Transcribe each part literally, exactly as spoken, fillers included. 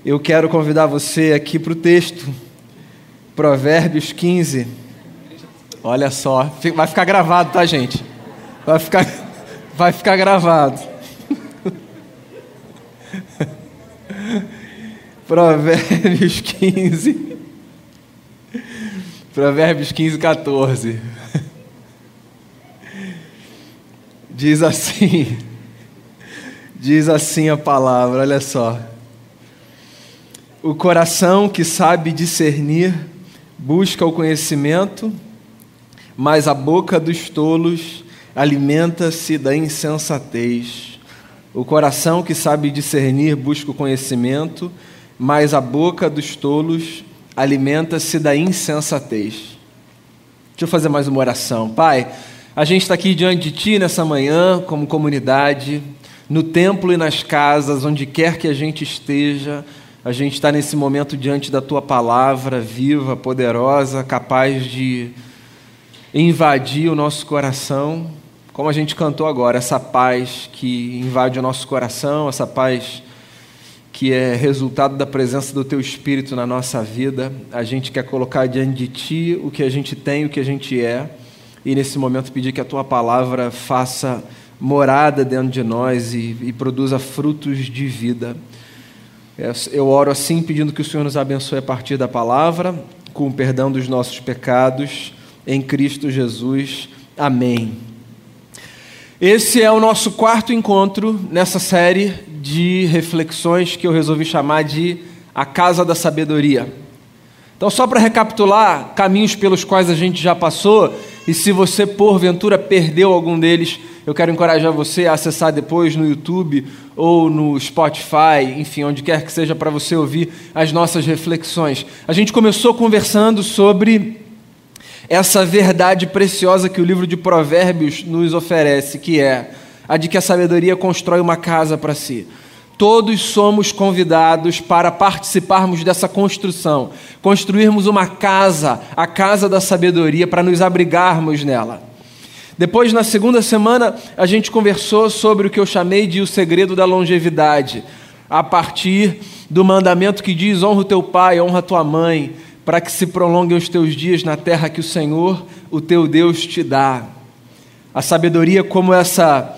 Eu quero convidar você aqui para o texto, Provérbios quinze. Olha só, vai ficar gravado, tá, gente? Vai ficar, vai ficar gravado. Provérbios quinze. Provérbios quinze, quatorze. Diz assim, diz assim a palavra, olha só. O coração que sabe discernir busca o conhecimento, mas a boca dos tolos alimenta-se da insensatez. O coração que sabe discernir busca o conhecimento, mas a boca dos tolos alimenta-se da insensatez. Deixa eu fazer mais uma oração. Pai, a gente está aqui diante de Ti nessa manhã, como comunidade, no templo e nas casas, onde quer que a gente esteja. A gente está nesse momento diante da Tua palavra viva, poderosa, capaz de invadir o nosso coração, como a gente cantou agora, essa paz que invade o nosso coração, essa paz que é resultado da presença do Teu Espírito na nossa vida. A gente quer colocar diante de Ti o que a gente tem, o que a gente é, e nesse momento pedir que a Tua palavra faça morada dentro de nós e, e produza frutos de vida. Eu oro assim, pedindo que o Senhor nos abençoe a partir da palavra, com o perdão dos nossos pecados, em Cristo Jesus. Amém. Esse é o nosso quarto encontro nessa série de reflexões que eu resolvi chamar de A Casa da Sabedoria. Então, só para recapitular, caminhos pelos quais a gente já passou, e se você, porventura, perdeu algum deles, eu quero encorajar você a acessar depois no YouTube ou no Spotify, enfim, onde quer que seja, para você ouvir as nossas reflexões. A gente começou conversando sobre essa verdade preciosa que o livro de Provérbios nos oferece, que é a de que a sabedoria constrói uma casa para si. Todos somos convidados para participarmos dessa construção, construirmos uma casa, a casa da sabedoria, para nos abrigarmos nela. Depois, na segunda semana, a gente conversou sobre o que eu chamei de o segredo da longevidade, a partir do mandamento que diz: honra o teu pai, honra a tua mãe, para que se prolonguem os teus dias na terra que o Senhor, o teu Deus, te dá. A sabedoria como essa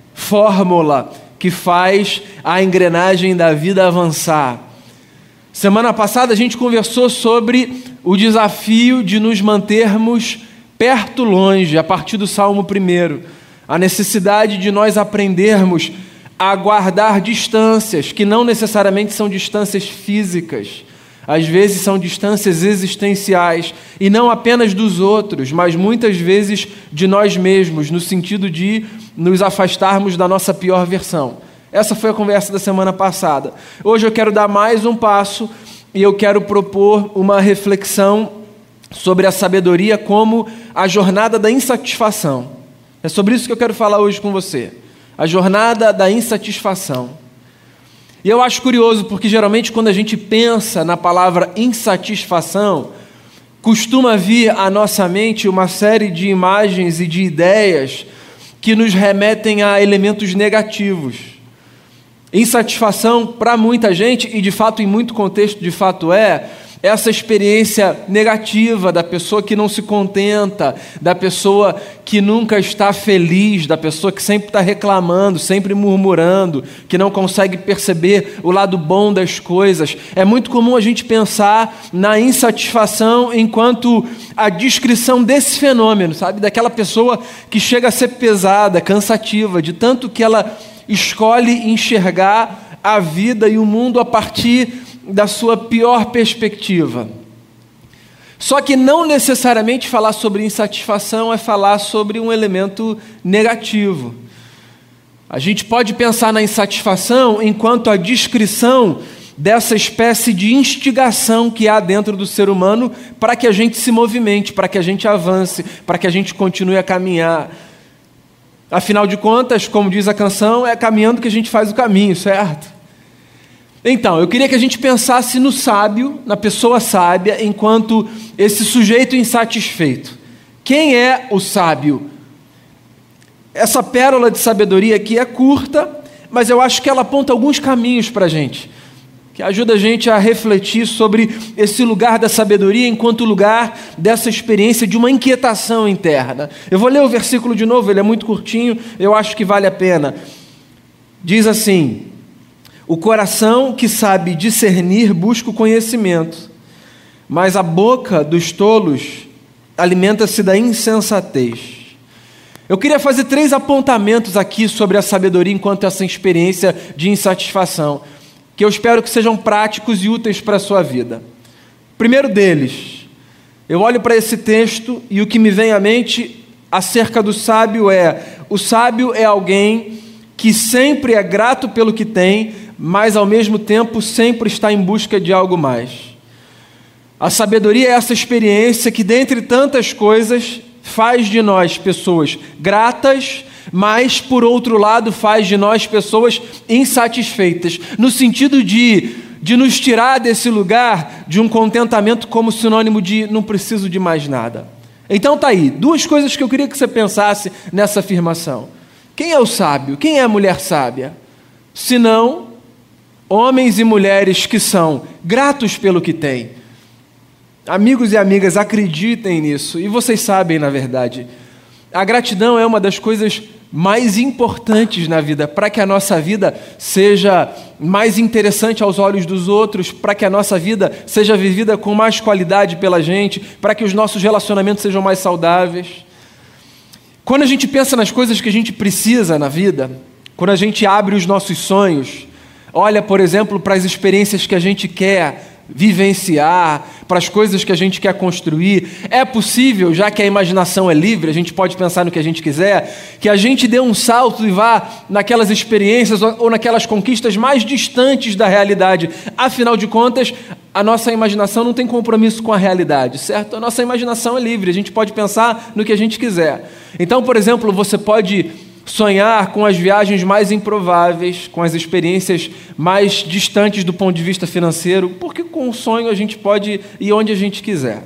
fórmula que faz a engrenagem da vida avançar. Semana passada a gente conversou sobre o desafio de nos mantermos perto longe, a partir do Salmo primeiro. A necessidade de nós aprendermos a guardar distâncias, que não necessariamente são distâncias físicas. Às vezes são distâncias existenciais, e não apenas dos outros, mas muitas vezes de nós mesmos, no sentido de nos afastarmos da nossa pior versão. Essa foi a conversa da semana passada. Hoje eu quero dar mais um passo e eu quero propor uma reflexão sobre a sabedoria como a jornada da insatisfação. É sobre isso que eu quero falar hoje com você. A jornada da insatisfação. E eu acho curioso, porque geralmente quando a gente pensa na palavra insatisfação, costuma vir à nossa mente uma série de imagens e de ideias que nos remetem a elementos negativos. Insatisfação, para muita gente, e de fato em muito contexto de fato é, essa experiência negativa da pessoa que não se contenta, da pessoa que nunca está feliz, da pessoa que sempre está reclamando, sempre murmurando, que não consegue perceber o lado bom das coisas. É muito comum a gente pensar na insatisfação enquanto a descrição desse fenômeno, sabe? Daquela pessoa que chega a ser pesada, cansativa, de tanto que ela escolhe enxergar a vida e o mundo a partir da sua pior perspectiva. Só que não necessariamente falar sobre insatisfação é falar sobre um elemento negativo. A gente pode pensar na insatisfação enquanto a descrição dessa espécie de instigação que há dentro do ser humano para que a gente se movimente, para que a gente avance, para que a gente continue a caminhar. Afinal de contas, como diz a canção, é caminhando que a gente faz o caminho, certo? Então, eu queria que a gente pensasse no sábio, na pessoa sábia, enquanto esse sujeito insatisfeito. Quem é o sábio? Essa pérola de sabedoria aqui é curta, mas eu acho que ela aponta alguns caminhos para a gente. que ajuda a gente a refletir sobre esse lugar da sabedoria enquanto lugar dessa experiência de uma inquietação interna. Eu vou ler o versículo de novo, ele é muito curtinho, eu acho que vale a pena. Diz assim: o coração que sabe discernir busca o conhecimento, mas a boca dos tolos alimenta-se da insensatez. Eu queria fazer três apontamentos aqui sobre a sabedoria enquanto essa experiência de insatisfação, que eu espero que sejam práticos e úteis para a sua vida. Primeiro deles, eu olho para esse texto e o que me vem à mente acerca do sábio é: o sábio é alguém que sempre é grato pelo que tem, mas ao mesmo tempo sempre está em busca de algo mais. A sabedoria é essa experiência que, dentre tantas coisas, faz de nós pessoas gratas, mas, por outro lado, faz de nós pessoas insatisfeitas, no sentido de, de nos tirar desse lugar de um contentamento como sinônimo de não preciso de mais nada. Então tá aí, duas coisas que eu queria que você pensasse nessa afirmação. Quem é o sábio? Quem é a mulher sábia? Senão, homens e mulheres que são gratos pelo que têm. Amigos e amigas, acreditem nisso, e vocês sabem, na verdade, a gratidão é uma das coisas mais importantes na vida, para que a nossa vida seja mais interessante aos olhos dos outros, para que a nossa vida seja vivida com mais qualidade pela gente, para que os nossos relacionamentos sejam mais saudáveis. Quando a gente pensa nas coisas que a gente precisa na vida, quando a gente abre os nossos sonhos, olha, por exemplo, para as experiências que a gente quer vivenciar, para as coisas que a gente quer construir, é possível, já que a imaginação é livre, a gente pode pensar no que a gente quiser, que a gente dê um salto e vá naquelas experiências ou naquelas conquistas mais distantes da realidade. Afinal de contas, a nossa imaginação não tem compromisso com a realidade, certo? A nossa imaginação é livre, a gente pode pensar no que a gente quiser. Então, por exemplo, você pode sonhar com as viagens mais improváveis, com as experiências mais distantes do ponto de vista financeiro, porque com o sonho a gente pode ir onde a gente quiser.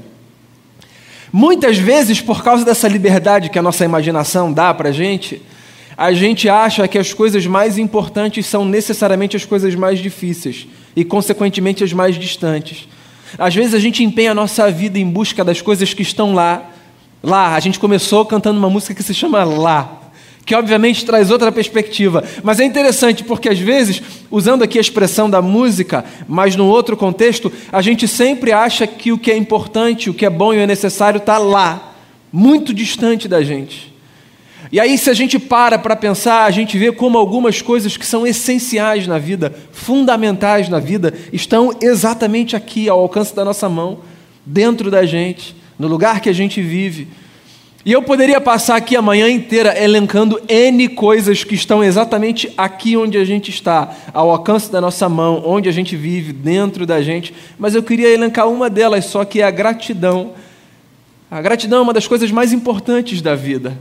Muitas vezes, por causa dessa liberdade que a nossa imaginação dá para a gente, a gente acha que as coisas mais importantes são necessariamente as coisas mais difíceis e, consequentemente, as mais distantes. Às vezes a gente empenha a nossa vida em busca das coisas que estão lá. Lá, a gente começou cantando uma música que se chama Lá, que obviamente traz outra perspectiva, mas é interessante porque às vezes, usando aqui a expressão da música, mas num outro contexto, a gente sempre acha que o que é importante, o que é bom e o é necessário está lá, muito distante da gente. E aí, se a gente para para pensar, a gente vê como algumas coisas que são essenciais na vida, fundamentais na vida, estão exatamente aqui, ao alcance da nossa mão, dentro da gente, no lugar que a gente vive. E eu poderia passar aqui a manhã inteira elencando N coisas que estão exatamente aqui onde a gente está, ao alcance da nossa mão, onde a gente vive, dentro da gente, mas eu queria elencar uma delas só, que é a gratidão. A gratidão é uma das coisas mais importantes da vida.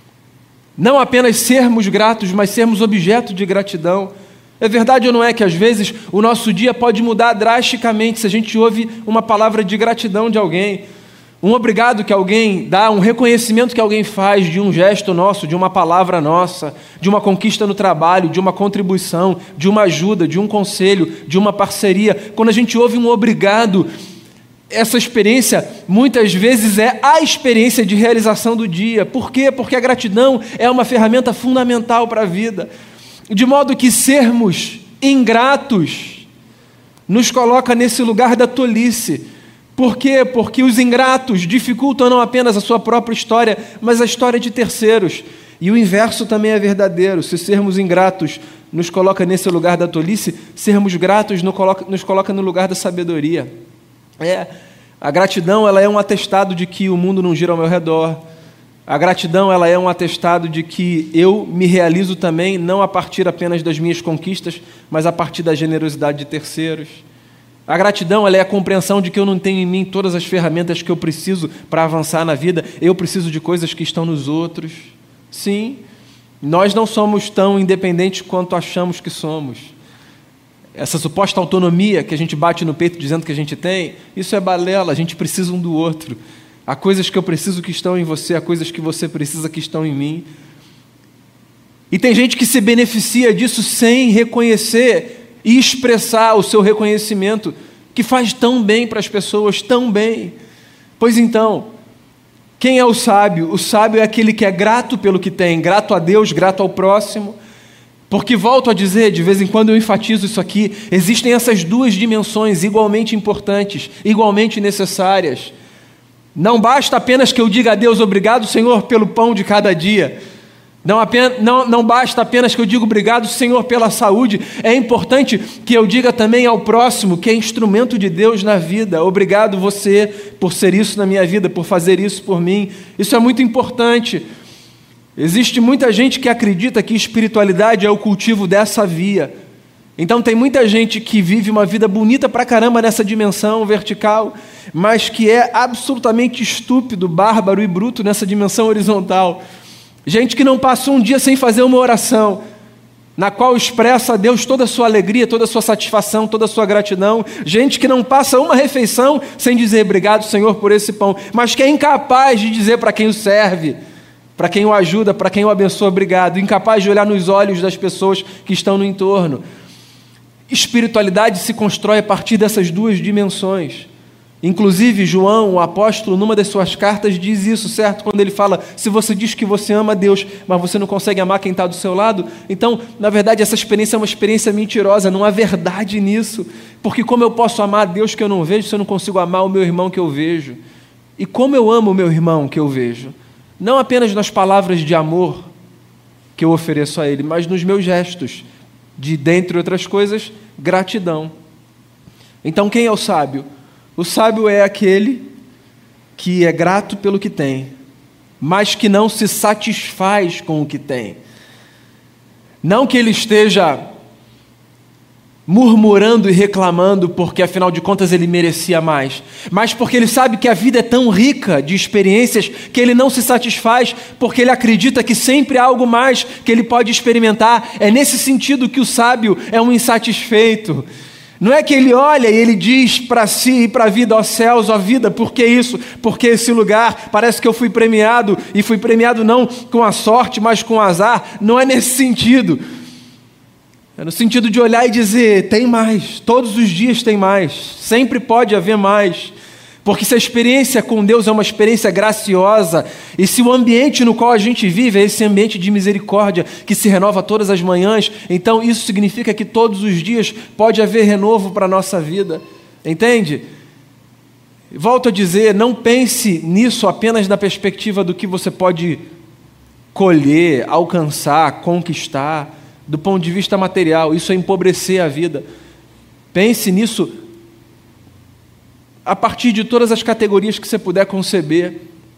Não apenas sermos gratos, mas sermos objeto de gratidão. É verdade ou não é que às vezes o nosso dia pode mudar drasticamente se a gente ouve uma palavra de gratidão de alguém? Um obrigado que alguém dá, um reconhecimento que alguém faz de um gesto nosso, de uma palavra nossa, de uma conquista no trabalho, de uma contribuição, de uma ajuda, de um conselho, de uma parceria. Quando a gente ouve um obrigado, essa experiência muitas vezes é a experiência de realização do dia. Por quê? Porque a gratidão é uma ferramenta fundamental para a vida. De modo que sermos ingratos nos coloca nesse lugar da tolice. Por quê? Porque os ingratos dificultam não apenas a sua própria história, mas a história de terceiros. E o inverso também é verdadeiro. Se sermos ingratos nos coloca nesse lugar da tolice, sermos gratos nos coloca no lugar da sabedoria. É, a gratidão ela é um atestado de que o mundo não gira ao meu redor. A gratidão ela é um atestado de que eu me realizo também, não a partir apenas das minhas conquistas, mas a partir da generosidade de terceiros. A gratidão ela é a compreensão de que eu não tenho em mim todas as ferramentas que eu preciso para avançar na vida, eu preciso de coisas que estão nos outros. Sim, nós não somos tão independentes quanto achamos que somos. Essa suposta autonomia que a gente bate no peito dizendo que a gente tem, isso é balela, a gente precisa um do outro. Há coisas que eu preciso que estão em você, há coisas que você precisa que estão em mim. E tem gente que se beneficia disso sem reconhecer e expressar o seu reconhecimento, que faz tão bem para as pessoas, tão bem. Pois então, quem é o sábio? O sábio é aquele que é grato pelo que tem, grato a Deus, grato ao próximo. Porque, volto a dizer, de vez em quando eu enfatizo isso aqui, existem essas duas dimensões igualmente importantes, igualmente necessárias. Não basta apenas que eu diga a Deus obrigado, Senhor, pelo pão de cada dia. Não, apenas, não, não basta apenas que eu diga obrigado, Senhor, pela saúde. É importante que eu diga também ao próximo, que é instrumento de Deus na vida. Obrigado você por ser isso na minha vida, por fazer isso por mim. Isso é muito importante. Existe muita gente que acredita que espiritualidade é o cultivo dessa via. Então tem muita gente que vive uma vida bonita pra caramba nessa dimensão vertical, mas que é absolutamente estúpido, bárbaro e bruto nessa dimensão horizontal. Gente que não passou um dia sem fazer uma oração, na qual expressa a Deus toda a sua alegria, toda a sua satisfação, toda a sua gratidão. Gente que não passa uma refeição sem dizer obrigado, Senhor, por esse pão, mas que é incapaz de dizer para quem o serve, para quem o ajuda, para quem o abençoa, obrigado. Incapaz de olhar nos olhos das pessoas que estão no entorno. Espiritualidade se constrói a partir dessas duas dimensões. Inclusive, João, o apóstolo, numa das suas cartas, diz isso, certo? Quando ele fala, se você diz que você ama Deus, mas você não consegue amar quem está do seu lado, então, na verdade, essa experiência é uma experiência mentirosa, não há verdade nisso. Porque como eu posso amar a Deus que eu não vejo, se eu não consigo amar o meu irmão que eu vejo? E como eu amo o meu irmão que eu vejo? Não apenas nas palavras de amor que eu ofereço a ele, mas nos meus gestos, de, dentre outras coisas, gratidão. Então, quem é o sábio? O sábio é aquele que é grato pelo que tem, mas que não se satisfaz com o que tem. Não que ele esteja murmurando e reclamando porque, afinal de contas, ele merecia mais, mas porque ele sabe que a vida é tão rica de experiências que ele não se satisfaz, porque ele acredita que sempre há algo mais que ele pode experimentar. É nesse sentido que o sábio é um insatisfeito. Não é que ele olha e ele diz para si e para a vida, ó céus, ó vida, por que isso? Por que esse lugar? Parece que eu fui premiado, e fui premiado não com a sorte, mas com o azar. Não é nesse sentido. É no sentido de olhar e dizer, tem mais, todos os dias tem mais, sempre pode haver mais. Porque se a experiência com Deus é uma experiência graciosa, e se o ambiente no qual a gente vive é esse ambiente de misericórdia que se renova todas as manhãs, então isso significa que todos os dias pode haver renovo para a nossa vida. Entende? Volto a dizer, não pense nisso apenas na perspectiva do que você pode colher, alcançar, conquistar, do ponto de vista material. Isso é empobrecer a vida. Pense nisso a partir de todas as categorias que você puder conceber.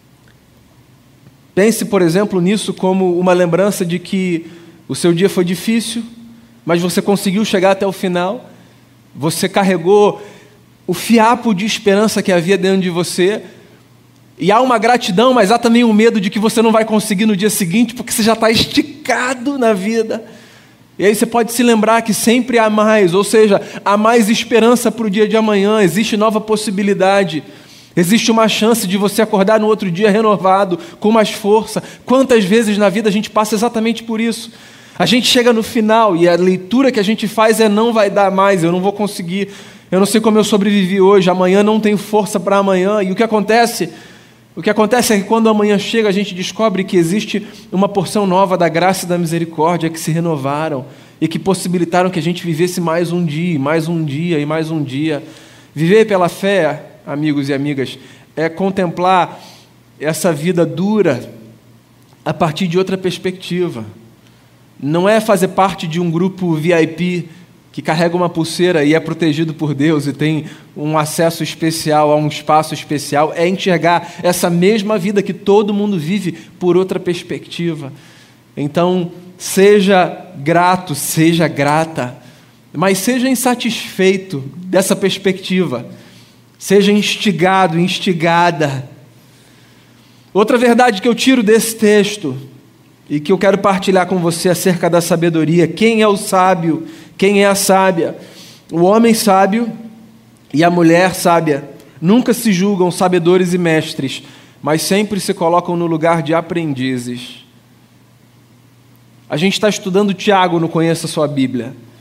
Pense, por exemplo, nisso como uma lembrança de que o seu dia foi difícil, mas você conseguiu chegar até o final, você carregou o fiapo de esperança que havia dentro de você, e há uma gratidão, mas há também um medo de que você não vai conseguir no dia seguinte, porque você já está esticado na vida. E aí você pode se lembrar que sempre há mais, ou seja, há mais esperança para o dia de amanhã, existe nova possibilidade, existe uma chance de você acordar no outro dia renovado, com mais força. Quantas vezes na vida a gente passa exatamente por isso? A gente chega no final e a leitura que a gente faz é não vai dar mais, eu não vou conseguir, eu não sei como eu sobrevivi hoje, amanhã não tenho força para amanhã. E o que acontece? O que acontece é que quando amanhã chega, a gente descobre que existe uma porção nova da graça e da misericórdia que se renovaram e que possibilitaram que a gente vivesse mais um dia, mais um dia e mais um dia. Viver pela fé, amigos e amigas, é contemplar essa vida dura a partir de outra perspectiva. Não é fazer parte de um grupo V I P que carrega uma pulseira e é protegido por Deus e tem um acesso especial a um espaço especial, é enxergar essa mesma vida que todo mundo vive por outra perspectiva. Então, seja grato, seja grata, mas seja insatisfeito dessa perspectiva, seja instigado, instigada. Outra verdade que eu tiro desse texto e que eu quero partilhar com você acerca da sabedoria: quem é o sábio? Quem é a sábia? O homem sábio e a mulher sábia nunca se julgam sabedores e mestres, mas sempre se colocam no lugar de aprendizes. A gente está estudando Tiago no Conheça Sua Bíblia.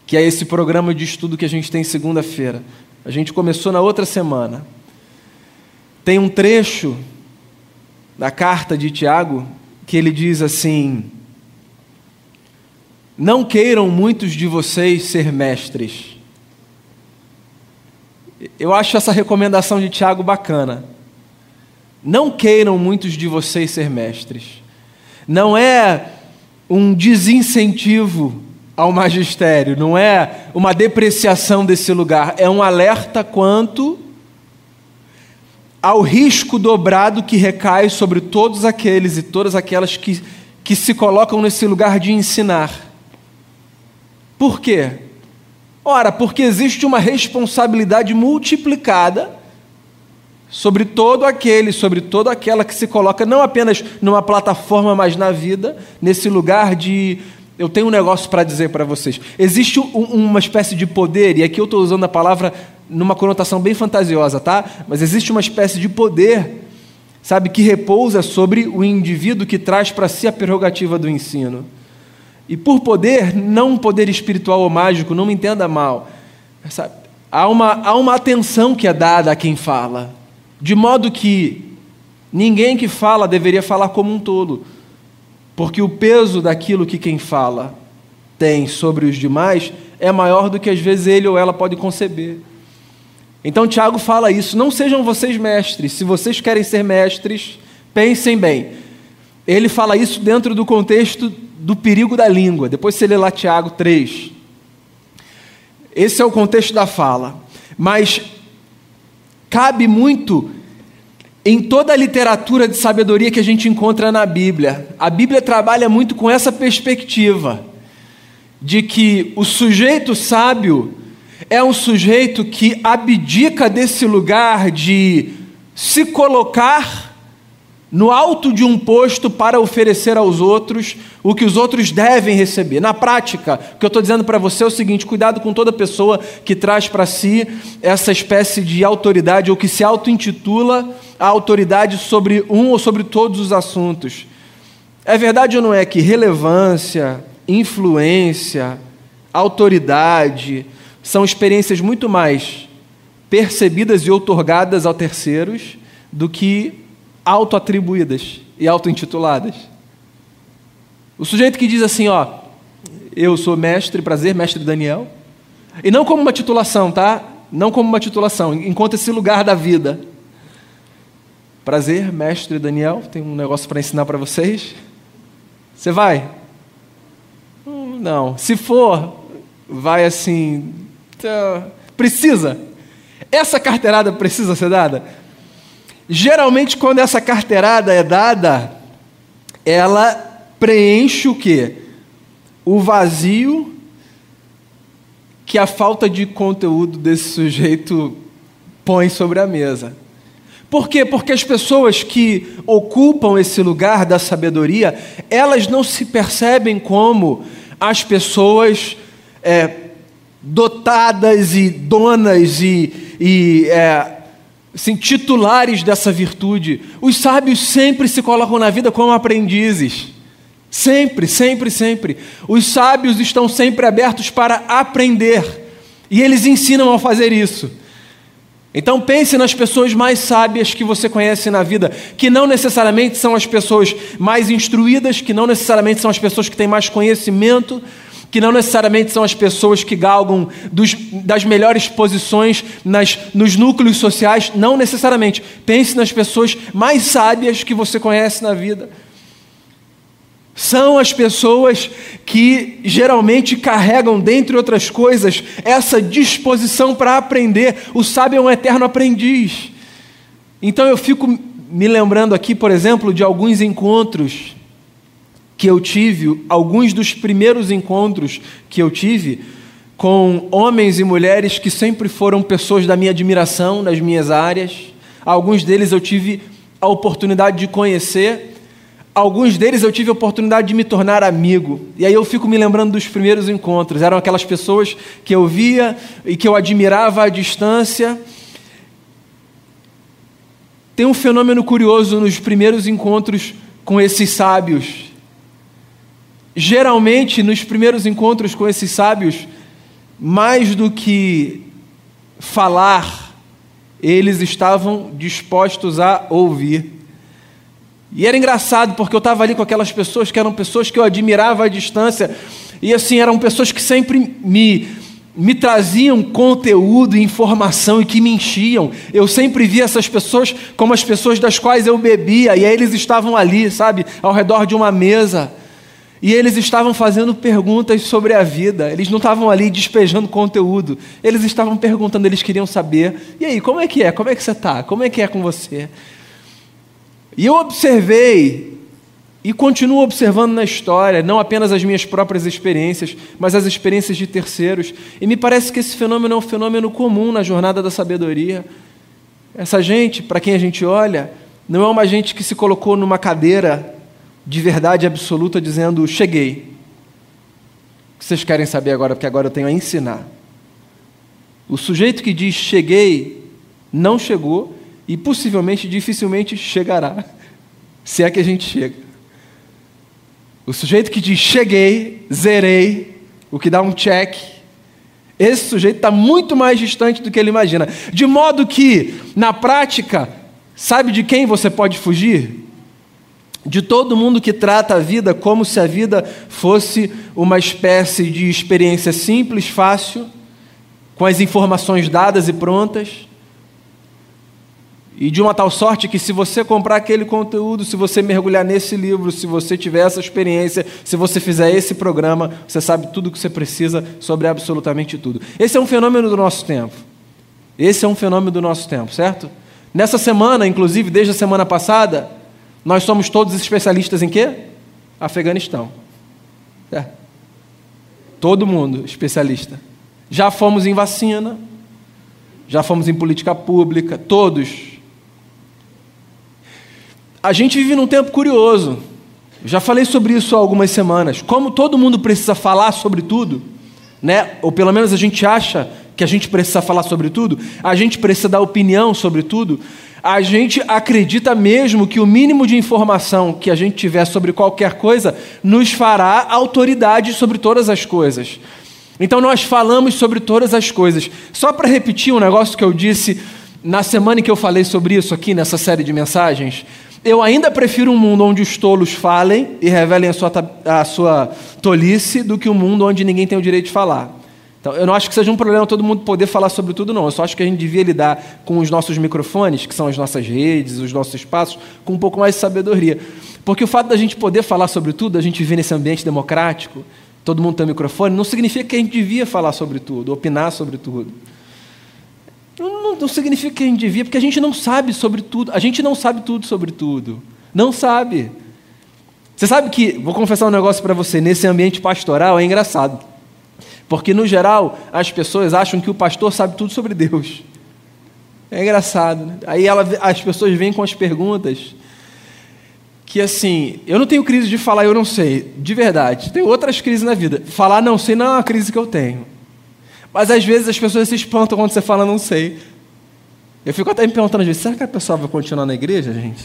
que é esse programa de estudo que a gente tem segunda-feira. A gente começou na outra semana. Tem um trecho da carta de Tiago que ele diz assim: não queiram muitos de vocês ser mestres. Eu acho essa recomendação de Tiago bacana. Não queiram muitos de vocês ser mestres. Não é um desincentivo ao magistério, não é uma depreciação desse lugar, é um alerta quanto ao risco dobrado que recai sobre todos aqueles e todas aquelas que, que se colocam nesse lugar de ensinar. Por quê? Ora, porque existe uma responsabilidade multiplicada sobre todo aquele, sobre toda aquela que se coloca não apenas numa plataforma, mas na vida, nesse lugar de, eu tenho um negócio para dizer para vocês. Existe um, uma espécie de poder, e aqui eu estou usando a palavra numa conotação bem fantasiosa, tá? Mas existe uma espécie de poder, sabe, que repousa sobre o indivíduo que traz para si a prerrogativa do ensino. E por poder, não um poder espiritual ou mágico, não me entenda mal, sabe? Há uma, há uma atenção que é dada a quem fala, de modo que ninguém que fala deveria falar como um tolo, porque o peso daquilo que quem fala tem sobre os demais é maior do que às vezes ele ou ela pode conceber. Então Tiago fala isso: não sejam vocês mestres, se vocês querem ser mestres, pensem bem. Ele fala isso dentro do contexto do perigo da língua. Depois você lê lá Tiago três. Esse é o contexto da fala. Mas cabe muito em toda a literatura de sabedoria que a gente encontra na Bíblia. A Bíblia trabalha muito com essa perspectiva de que o sujeito sábio é um sujeito que abdica desse lugar de se colocar no alto de um posto para oferecer aos outros o que os outros devem receber. Na prática, o que eu estou dizendo para você é o seguinte: cuidado com toda pessoa que traz para si essa espécie de autoridade, ou que se auto-intitula a autoridade sobre um ou sobre todos os assuntos. É verdade ou não é que relevância, influência, autoridade são experiências muito mais percebidas e outorgadas a terceiros do que auto-atribuídas e auto-intituladas? O sujeito que diz assim, ó, eu sou mestre, prazer, mestre Daniel, e não como uma titulação, tá? Não como uma titulação, encontra esse lugar da vida. Prazer, mestre Daniel, tem um negócio para ensinar para vocês. Você vai? Hum, não. Se for, vai assim, tá, precisa. Essa carteirada precisa ser dada? Geralmente, quando essa carteirada é dada, ela preenche o quê? O vazio que a falta de conteúdo desse sujeito põe sobre a mesa. Por quê? Porque as pessoas que ocupam esse lugar da sabedoria, elas não se percebem como as pessoas é, dotadas e donas e, e é, assim, titulares dessa virtude. Os sábios sempre se colocam na vida como aprendizes. Sempre, sempre, sempre. Os sábios estão sempre abertos para aprender. E eles ensinam a fazer isso. Então pense nas pessoas mais sábias que você conhece na vida, que não necessariamente são as pessoas mais instruídas, que não necessariamente são as pessoas que têm mais conhecimento, que não necessariamente são as pessoas que galgam dos, das melhores posições nas, nos núcleos sociais, não necessariamente. Pense nas pessoas mais sábias que você conhece na vida. São as pessoas que geralmente carregam, dentre outras coisas, essa disposição para aprender. O sábio é um eterno aprendiz. Então eu fico me lembrando aqui, por exemplo, de alguns encontros que eu tive, alguns dos primeiros encontros que eu tive com homens e mulheres que sempre foram pessoas da minha admiração nas minhas áreas. Alguns deles eu tive a oportunidade de conhecer. Alguns deles eu tive a oportunidade de me tornar amigo. E aí eu fico me lembrando dos primeiros encontros. Eram aquelas pessoas que eu via e que eu admirava à distância. Tem um fenômeno curioso nos primeiros encontros com esses sábios. Geralmente, nos primeiros encontros com esses sábios, mais do que falar, eles estavam dispostos a ouvir. E era engraçado, porque eu estava ali com aquelas pessoas que eram pessoas que eu admirava à distância, e assim, eram pessoas que sempre me, me traziam conteúdo e informação e que me enchiam. Eu sempre via essas pessoas como as pessoas das quais eu bebia, e aí eles estavam ali, sabe, ao redor de uma mesa, e eles estavam fazendo perguntas sobre a vida. Eles não estavam ali despejando conteúdo, eles estavam perguntando, eles queriam saber, e aí, como é que é? Como é que você está? Como é que é com você? E eu observei, e continuo observando na história, não apenas as minhas próprias experiências, mas as experiências de terceiros, e me parece que esse fenômeno é um fenômeno comum na jornada da sabedoria. Essa gente, para quem a gente olha, não é uma gente que se colocou numa cadeira de verdade absoluta dizendo, cheguei. O que vocês querem saber agora? Porque agora eu tenho a ensinar. O sujeito que diz cheguei, não chegou, e possivelmente, dificilmente chegará, se é que a gente chega. O sujeito que diz cheguei, zerei, o que dá um check, esse sujeito está muito mais distante do que ele imagina. De modo que, na prática, sabe de quem você pode fugir? De todo mundo que trata a vida como se a vida fosse uma espécie de experiência simples, fácil, com as informações dadas e prontas, e de uma tal sorte que se você comprar aquele conteúdo, se você mergulhar nesse livro, se você tiver essa experiência, se você fizer esse programa, você sabe tudo o que você precisa sobre absolutamente tudo. Esse é um fenômeno do nosso tempo. Esse é um fenômeno do nosso tempo, certo? Nessa semana, inclusive, desde a semana passada, nós somos todos especialistas em quê? Afeganistão. É. Todo mundo especialista. Já fomos em vacina, já fomos em política pública, todos. A gente vive num tempo curioso. Já falei sobre isso há algumas semanas. Como todo mundo precisa falar sobre tudo, né? Ou pelo menos a gente acha que a gente precisa falar sobre tudo, a gente precisa dar opinião sobre tudo, a gente acredita mesmo que o mínimo de informação que a gente tiver sobre qualquer coisa nos fará autoridade sobre todas as coisas. Então nós falamos sobre todas as coisas. Só para repetir um negócio que eu disse na semana em que eu falei sobre isso aqui, nessa série de mensagens, eu ainda prefiro um mundo onde os tolos falem e revelem a sua, a sua tolice do que um mundo onde ninguém tem o direito de falar. Então, eu não acho que seja um problema todo mundo poder falar sobre tudo, não. Eu só acho que a gente devia lidar com os nossos microfones, que são as nossas redes, os nossos espaços, com um pouco mais de sabedoria. Porque o fato da gente poder falar sobre tudo, a gente viver nesse ambiente democrático, todo mundo tem um microfone, não significa que a gente devia falar sobre tudo, opinar sobre tudo. Não, não significa que a gente devia, porque a gente não sabe sobre tudo. A gente não sabe tudo sobre tudo. Não sabe. Você sabe que, vou confessar um negócio para você, nesse ambiente pastoral é engraçado. Porque, no geral, as pessoas acham que o pastor sabe tudo sobre Deus. É engraçado, né? Aí ela, as pessoas vêm com as perguntas que, assim, eu não tenho crise de falar eu não sei, de verdade. Tem outras crises na vida. Falar não sei não é uma crise que eu tenho. Mas, às vezes, as pessoas se espantam quando você fala não sei. Eu fico até me perguntando, às vezes, será que a pessoa vai continuar na igreja, gente?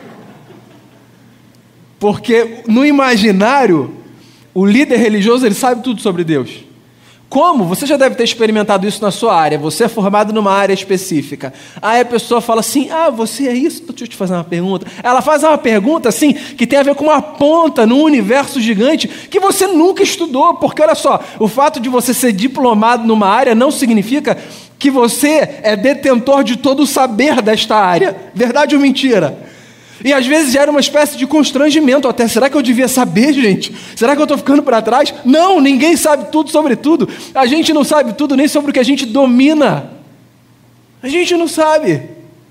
Porque, no imaginário, o líder religioso, ele sabe tudo sobre Deus. Como? Você já deve ter experimentado isso na sua área. Você é formado numa área específica. Aí a pessoa fala assim, ah, você é isso? Deixa eu te fazer uma pergunta. Ela faz uma pergunta assim, que tem a ver com uma ponta num universo gigante que você nunca estudou. Porque, olha só, o fato de você ser diplomado numa área não significa que você é detentor de todo o saber desta área. Verdade ou mentira? E às vezes gera uma espécie de constrangimento até. Será que eu devia saber, gente? Será que eu estou ficando para trás? Não, ninguém sabe tudo sobre tudo. A gente não sabe tudo nem sobre o que a gente domina. A gente não sabe.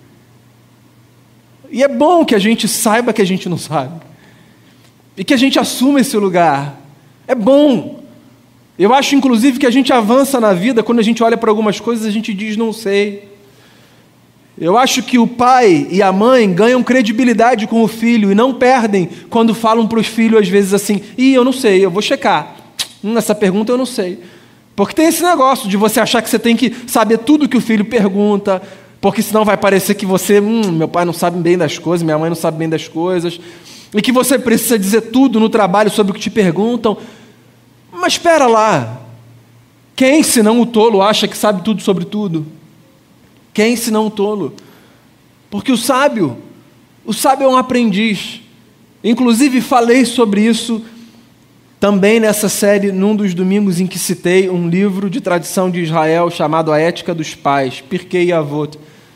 E é bom que a gente saiba que a gente não sabe. E que a gente assuma esse lugar. É bom. Eu acho, inclusive, que a gente avança na vida quando a gente olha para algumas coisas e a gente diz, não sei. Eu acho que o pai e a mãe ganham credibilidade com o filho e não perdem quando falam para os filhos, às vezes, assim, ih, eu não sei, eu vou checar. Hum, essa pergunta eu não sei. Porque tem esse negócio de você achar que você tem que saber tudo que o filho pergunta, porque senão vai parecer que você, hum, meu pai não sabe bem das coisas, minha mãe não sabe bem das coisas, e que você precisa dizer tudo no trabalho sobre o que te perguntam. Mas espera lá. Quem, senão o tolo, acha que sabe tudo sobre tudo? Quem, senão o tolo? Porque o sábio, o sábio é um aprendiz. Inclusive, falei sobre isso também nessa série, num dos domingos em que citei um livro de tradição de Israel chamado A Ética dos Pais, Pirkei Avot.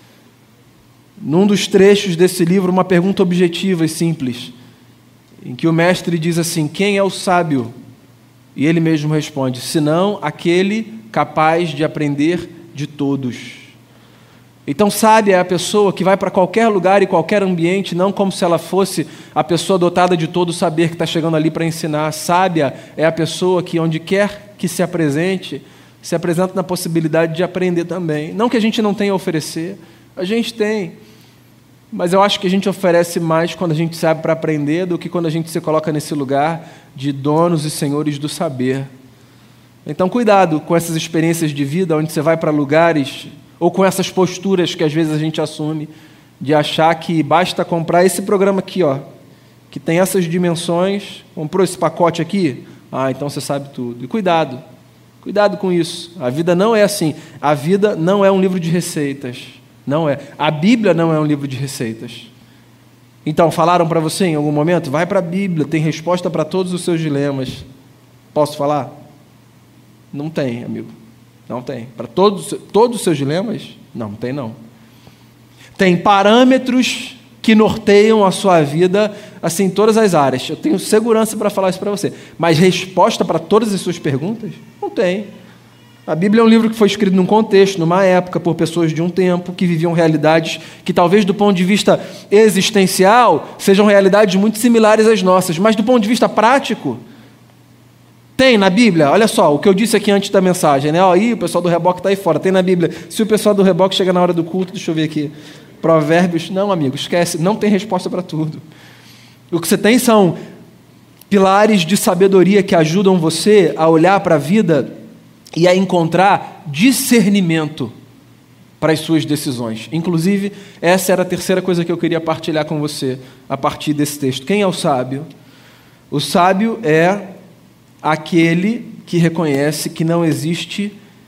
Num dos trechos desse livro, uma pergunta objetiva e simples, em que o mestre diz assim: quem é o sábio? E ele mesmo responde: senão aquele capaz de aprender de todos. Então, sábia é a pessoa que vai para qualquer lugar e qualquer ambiente, não como se ela fosse a pessoa dotada de todo o saber que está chegando ali para ensinar. Sábia é a pessoa que, onde quer que se apresente, se apresenta na possibilidade de aprender também. Não que a gente não tenha a oferecer, a gente tem. Mas eu acho que a gente oferece mais quando a gente sabe para aprender do que quando a gente se coloca nesse lugar de donos e senhores do saber. Então, cuidado com essas experiências de vida onde você vai para lugares, ou com essas posturas que às vezes a gente assume, de achar que basta comprar esse programa aqui, ó, que tem essas dimensões. Comprou esse pacote aqui? Ah, então você sabe tudo. E cuidado, cuidado com isso. A vida não é assim. A vida não é um livro de receitas. Não é. A Bíblia não é um livro de receitas. Então, falaram para você em algum momento? Vai para a Bíblia, tem resposta para todos os seus dilemas. Posso falar? Não tem, amigo. Não tem. Para todos, todos os seus dilemas? Não, não tem não. Tem parâmetros que norteiam a sua vida, assim, em todas as áreas. Eu tenho segurança para falar isso para você. Mas resposta para todas as suas perguntas? Não tem. A Bíblia é um livro que foi escrito num contexto, numa época, por pessoas de um tempo, que viviam realidades que talvez do ponto de vista existencial sejam realidades muito similares às nossas, mas do ponto de vista prático, tem na Bíblia, olha só, o que eu disse aqui antes da mensagem, né? Ó, ih, o pessoal do reboque está aí fora, tem na Bíblia. Se o pessoal do reboque chega na hora do culto, deixa eu ver aqui, Provérbios, não, amigo, esquece, não tem resposta para tudo. O que você tem são pilares de sabedoria que ajudam você a olhar para a vida e a encontrar discernimento para as suas decisões. Inclusive, essa era a terceira coisa que eu queria partilhar com você a partir desse texto. Quem é o sábio? O sábio é aquele que reconhece que não existe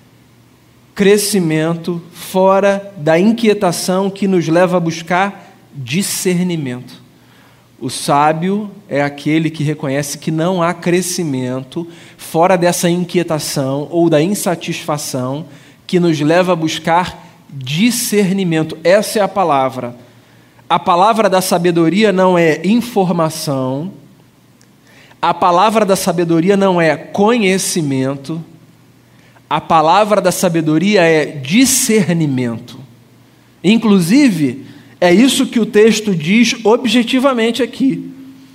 crescimento fora da inquietação que nos leva a buscar discernimento. O sábio é aquele que reconhece que não há crescimento fora dessa inquietação ou da insatisfação que nos leva a buscar discernimento. Essa é a palavra. A palavra da sabedoria não é informação. A palavra da sabedoria não é conhecimento. A palavra da sabedoria é discernimento. Inclusive, é isso que o texto diz objetivamente aqui.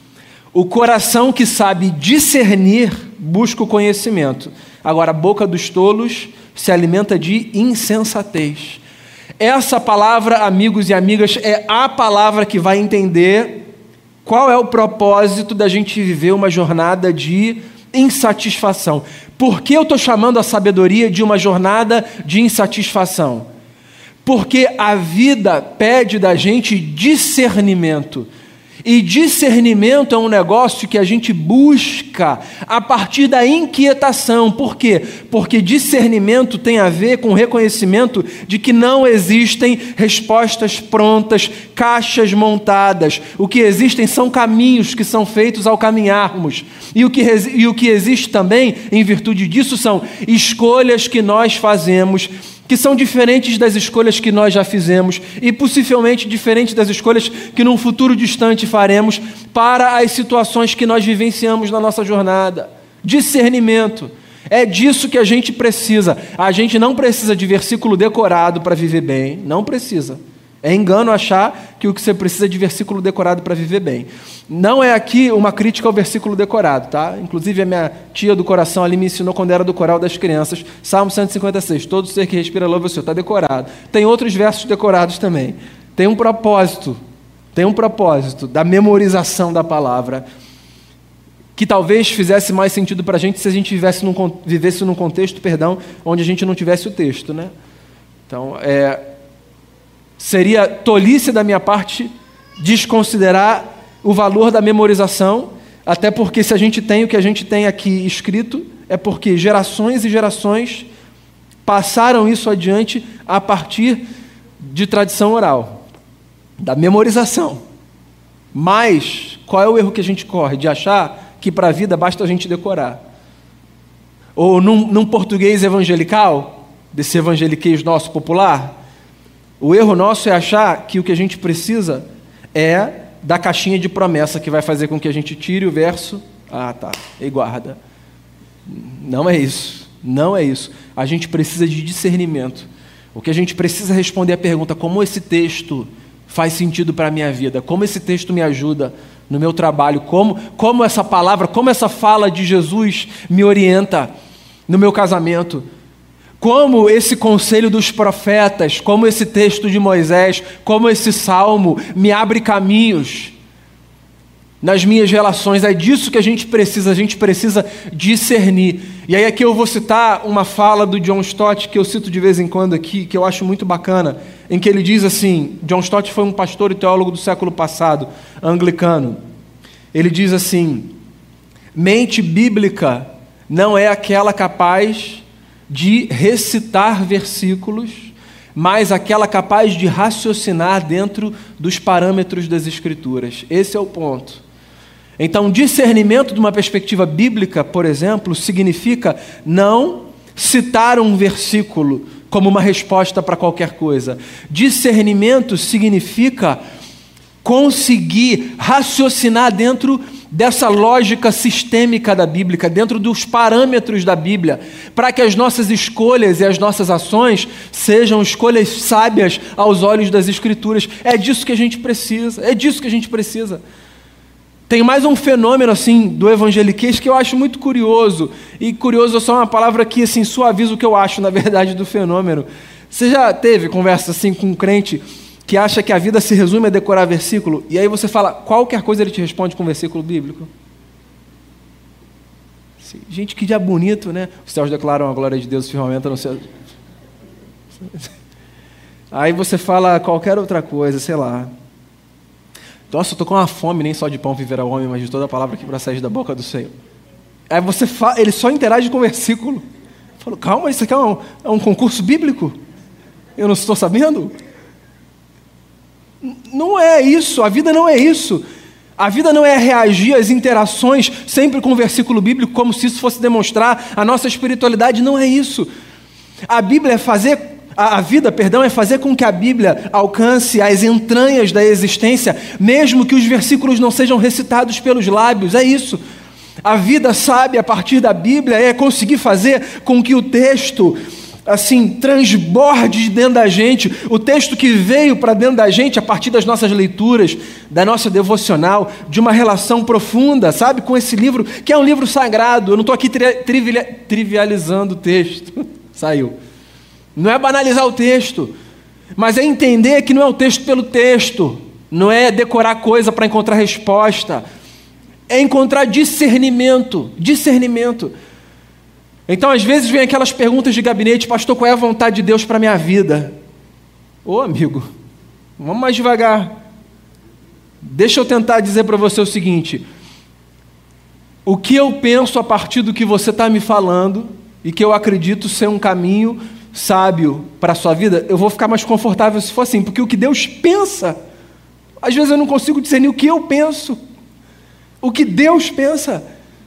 O coração que sabe discernir busca o conhecimento. Agora, a boca dos tolos se alimenta de insensatez. Essa palavra, amigos e amigas, é a palavra que vai entender qual é o propósito da gente viver uma jornada de insatisfação. Por que eu estou chamando a sabedoria de uma jornada de insatisfação? Porque a vida pede da gente discernimento. E discernimento é um negócio que a gente busca a partir da inquietação. Por quê? Porque discernimento tem a ver com o reconhecimento de que não existem respostas prontas, caixas montadas. O que existem são caminhos que são feitos ao caminharmos. E o que, e o que existe também, em virtude disso, são escolhas que nós fazemos, que são diferentes das escolhas que nós já fizemos e possivelmente diferentes das escolhas que num futuro distante faremos para as situações que nós vivenciamos na nossa jornada. Discernimento. É disso que a gente precisa. A gente não precisa de versículo decorado para viver bem. Não precisa. É engano achar que o que você precisa é de versículo decorado para viver bem. Não é aqui uma crítica ao versículo decorado, tá? Inclusive a minha tia do coração ali me ensinou quando era do coral das crianças, Salmo cento e cinquenta e seis, todo ser que respira louva o Senhor, está decorado. Tem outros versos decorados também. Tem um propósito, tem um propósito da memorização da palavra, que talvez fizesse mais sentido para a gente se a gente vivesse num, vivesse num contexto, perdão, onde a gente não tivesse o texto, né? Então, é... seria tolice da minha parte desconsiderar o valor da memorização, até porque se a gente tem o que a gente tem aqui escrito, é porque gerações e gerações passaram isso adiante a partir de tradição oral, da memorização. Mas qual é o erro que a gente corre? De achar que para a vida basta a gente decorar. Ou num, num português evangelical, desse evangeliquez nosso popular, o erro nosso é achar que o que a gente precisa é da caixinha de promessa que vai fazer com que a gente tire o verso, ah tá, e guarda. Não é isso, não é isso. A gente precisa de discernimento. O que a gente precisa responder é a pergunta: como esse texto faz sentido para a minha vida? Como esse texto me ajuda no meu trabalho? Como, como essa palavra, como essa fala de Jesus me orienta no meu casamento? Como esse conselho dos profetas, como esse texto de Moisés, como esse salmo me abre caminhos nas minhas relações? É disso que a gente precisa, a gente precisa discernir. E aí aqui eu vou citar uma fala do John Stott, que eu cito de vez em quando aqui, que eu acho muito bacana, em que ele diz assim, John Stott foi um pastor e teólogo do século passado, anglicano. Ele diz assim: mente bíblica não é aquela capaz de recitar versículos, mas aquela capaz de raciocinar dentro dos parâmetros das Escrituras. Esse é o ponto. Então, discernimento de uma perspectiva bíblica, por exemplo, significa não citar um versículo como uma resposta para qualquer coisa. Discernimento significa conseguir raciocinar dentro dessa lógica sistêmica da Bíblia, dentro dos parâmetros da Bíblia, para que as nossas escolhas e as nossas ações sejam escolhas sábias aos olhos das Escrituras. É disso que a gente precisa, é disso que a gente precisa. Tem mais um fenômeno assim do evangeliquez que eu acho muito curioso, e curioso é só uma palavra que assim, suaviza o que eu acho, na verdade, do fenômeno. Você já teve conversa assim com um crente que acha que a vida se resume a decorar versículo, e aí você fala qualquer coisa, ele te responde com um versículo bíblico? Gente, que dia bonito, né? Os céus declaram a glória de Deus, o firmamento no céu. Aí você fala qualquer outra coisa, sei lá. Nossa, eu estou com uma fome, nem só de pão viverá o homem, mas de toda a palavra que procede da boca do Senhor. Aí você fala, ele só interage com o versículo. Eu falo, calma, isso aqui é um, é um concurso bíblico? Eu não estou sabendo? Não é isso, a vida não é isso. A vida não é reagir às interações sempre com o versículo bíblico, como se isso fosse demonstrar a nossa espiritualidade. Não é isso. A Bíblia é fazer, a, a vida, perdão, é fazer com que a Bíblia alcance as entranhas da existência, mesmo que os versículos não sejam recitados pelos lábios. É isso. A vida sábia a partir da Bíblia é conseguir fazer com que o texto assim, transborde dentro da gente, o texto que veio para dentro da gente a partir das nossas leituras, da nossa devocional, de uma relação profunda, sabe, com esse livro, que é um livro sagrado. Eu não estou aqui tri- trivial, trivializando o texto, saiu. Não é banalizar o texto, mas é entender que não é o texto pelo texto, não é decorar coisa para encontrar resposta, é encontrar discernimento, discernimento. Então, às vezes, vem aquelas perguntas de gabinete: pastor, qual é a vontade de Deus para a minha vida? Ô, amigo, vamos mais devagar. Deixa eu tentar dizer para você o seguinte: o que eu penso a partir do que você está me falando, e que eu acredito ser um caminho sábio para a sua vida, eu vou ficar mais confortável se for assim, porque o que Deus pensa, às vezes eu não consigo discernir o que eu penso, o que Deus pensa.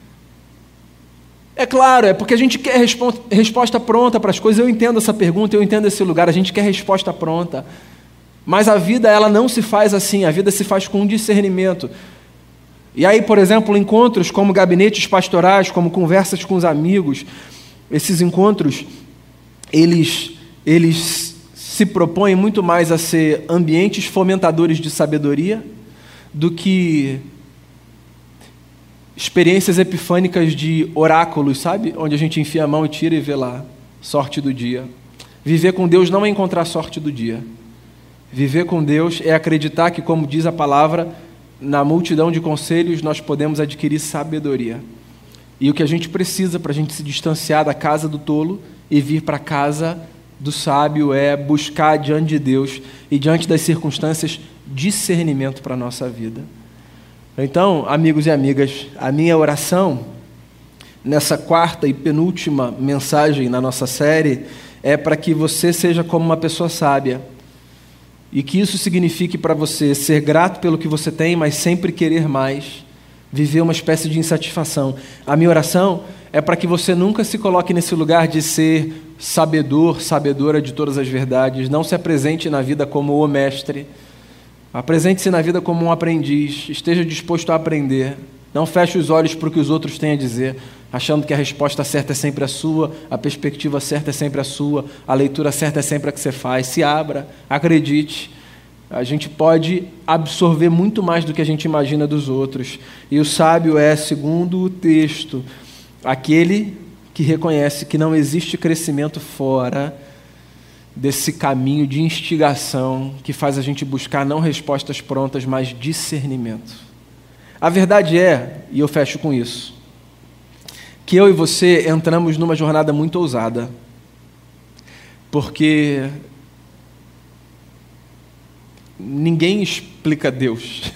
É claro, é porque a gente quer respo- resposta pronta para as coisas. Eu entendo essa pergunta, eu entendo esse lugar, a gente quer resposta pronta. Mas a vida, ela não se faz assim, a vida se faz com discernimento. E aí, por exemplo, encontros como gabinetes pastorais, como conversas com os amigos, esses encontros, eles, eles se propõem muito mais a ser ambientes fomentadores de sabedoria do que experiências epifânicas de oráculos, sabe? Onde a gente enfia a mão e tira e vê lá, sorte do dia. Viver com Deus não é encontrar sorte do dia. Viver com Deus é acreditar que, como diz a palavra, na multidão de conselhos nós podemos adquirir sabedoria. E o que a gente precisa para a gente se distanciar da casa do tolo e vir para a casa do sábio é buscar diante de Deus e diante das circunstâncias discernimento para a nossa vida. Então, amigos e amigas, a minha oração nessa quarta e penúltima mensagem na nossa série é para que você seja como uma pessoa sábia. E que isso signifique para você ser grato pelo que você tem, mas sempre querer mais, viver uma espécie de insatisfação. A minha oração é para que você nunca se coloque nesse lugar de ser sabedor, sabedora de todas as verdades. Não se apresente na vida como o mestre. Apresente-se na vida como um aprendiz. Esteja disposto a aprender. Não feche os olhos para o que os outros têm a dizer, achando que a resposta certa é sempre a sua, a perspectiva certa é sempre a sua, a leitura certa é sempre a que você faz. Se abra, acredite. A gente pode absorver muito mais do que a gente imagina dos outros. E o sábio é, segundo o texto, aquele que reconhece que não existe crescimento fora desse caminho de instigação que faz a gente buscar não respostas prontas, mas discernimento. A verdade é, e eu fecho com isso, que eu e você entramos numa jornada muito ousada, porque ninguém explica Deus.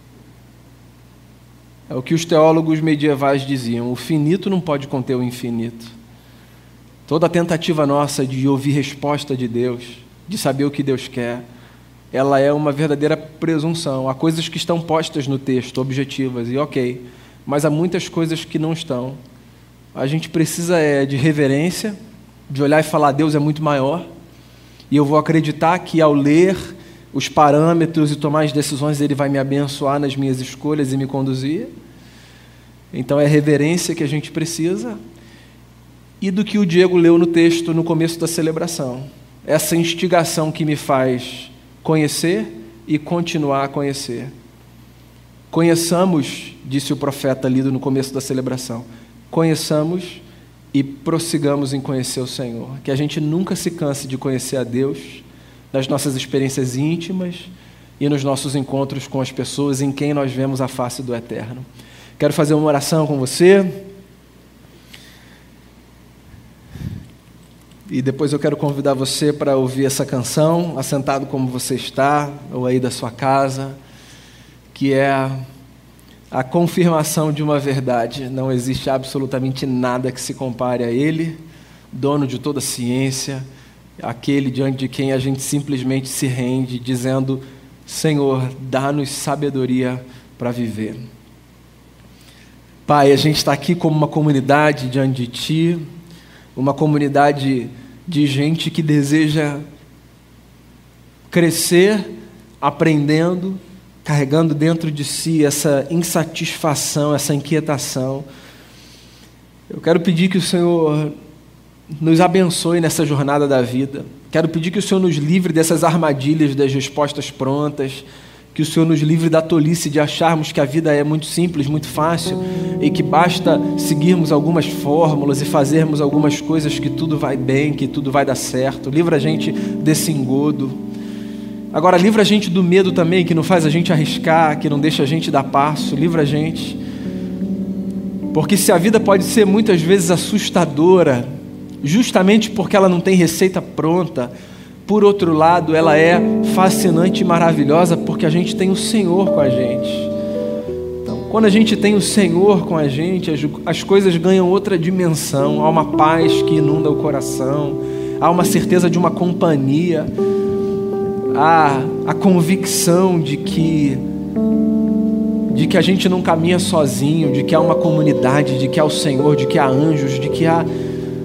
É o que os teólogos medievais diziam: o finito não pode conter o infinito. Toda a tentativa nossa de ouvir resposta de Deus, de saber o que Deus quer, ela é uma verdadeira presunção. Há coisas que estão postas no texto, objetivas, e ok, mas há muitas coisas que não estão. A gente precisa é, de reverência, de olhar e falar: Deus é muito maior, e eu vou acreditar que ao ler os parâmetros e tomar as decisões, Ele vai me abençoar nas minhas escolhas e me conduzir. Então é reverência que a gente precisa. E do que o Diego leu no texto no começo da celebração. Essa instigação que me faz conhecer e continuar a conhecer. Conheçamos, disse o profeta lido no começo da celebração, conheçamos e prossigamos em conhecer o Senhor. Que a gente nunca se canse de conhecer a Deus, nas nossas experiências íntimas e nos nossos encontros com as pessoas em quem nós vemos a face do Eterno. Quero fazer uma oração com você. E depois eu quero convidar você para ouvir essa canção, assentado como você está, ou aí da sua casa, que é a confirmação de uma verdade. Não existe absolutamente nada que se compare a Ele, dono de toda a ciência, aquele diante de quem a gente simplesmente se rende, dizendo: Senhor, dá-nos sabedoria para viver. Pai, a gente está aqui como uma comunidade diante de Ti, uma comunidade de gente que deseja crescer, aprendendo, carregando dentro de si essa insatisfação, essa inquietação. Eu quero pedir que o Senhor nos abençoe nessa jornada da vida. Quero pedir que o Senhor nos livre dessas armadilhas das respostas prontas, que o Senhor nos livre da tolice de acharmos que a vida é muito simples, muito fácil, e que basta seguirmos algumas fórmulas e fazermos algumas coisas que tudo vai bem, que tudo vai dar certo. Livra a gente desse engodo. Agora, livra a gente do medo também, que não faz a gente arriscar, que não deixa a gente dar passo. Livra a gente. Porque se a vida pode ser muitas vezes assustadora, justamente porque ela não tem receita pronta, por outro lado, ela é fascinante e maravilhosa porque a gente tem o Senhor com a gente. Então, quando a gente tem o Senhor com a gente, as, as coisas ganham outra dimensão. Há uma paz que inunda o coração, há uma certeza de uma companhia, há a convicção de que, de que a gente não caminha sozinho, de que há uma comunidade, de que há o Senhor, de que há anjos, de que há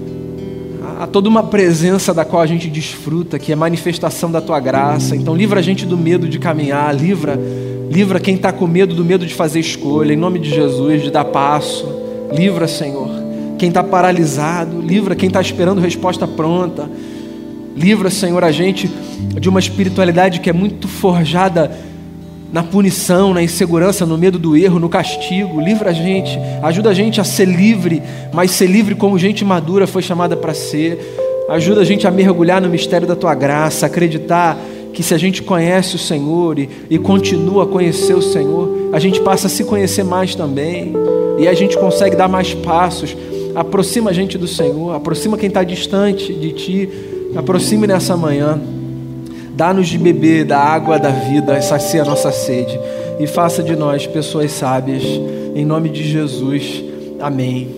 Há toda uma presença da qual a gente desfruta, que é manifestação da Tua graça. Então livra a gente do medo de caminhar, livra, livra quem está com medo do medo de fazer escolha, em nome de Jesus, de dar passo. Livra, Senhor, quem está paralisado, livra quem está esperando resposta pronta. Livra, Senhor, a gente de uma espiritualidade que é muito forjada na punição, na insegurança, no medo do erro, no castigo. Livra a gente, ajuda a gente a ser livre, mas ser livre como gente madura foi chamada para ser. Ajuda a gente a mergulhar no mistério da Tua graça, acreditar que se a gente conhece o Senhor e, e continua a conhecer o Senhor, a gente passa a se conhecer mais também, e a gente consegue dar mais passos. Aproxima a gente do Senhor, aproxima quem está distante de Ti, aproxime nessa manhã. Dá-nos de beber da água da vida, sacia a nossa sede e faça de nós pessoas sábias. Em nome de Jesus, amém.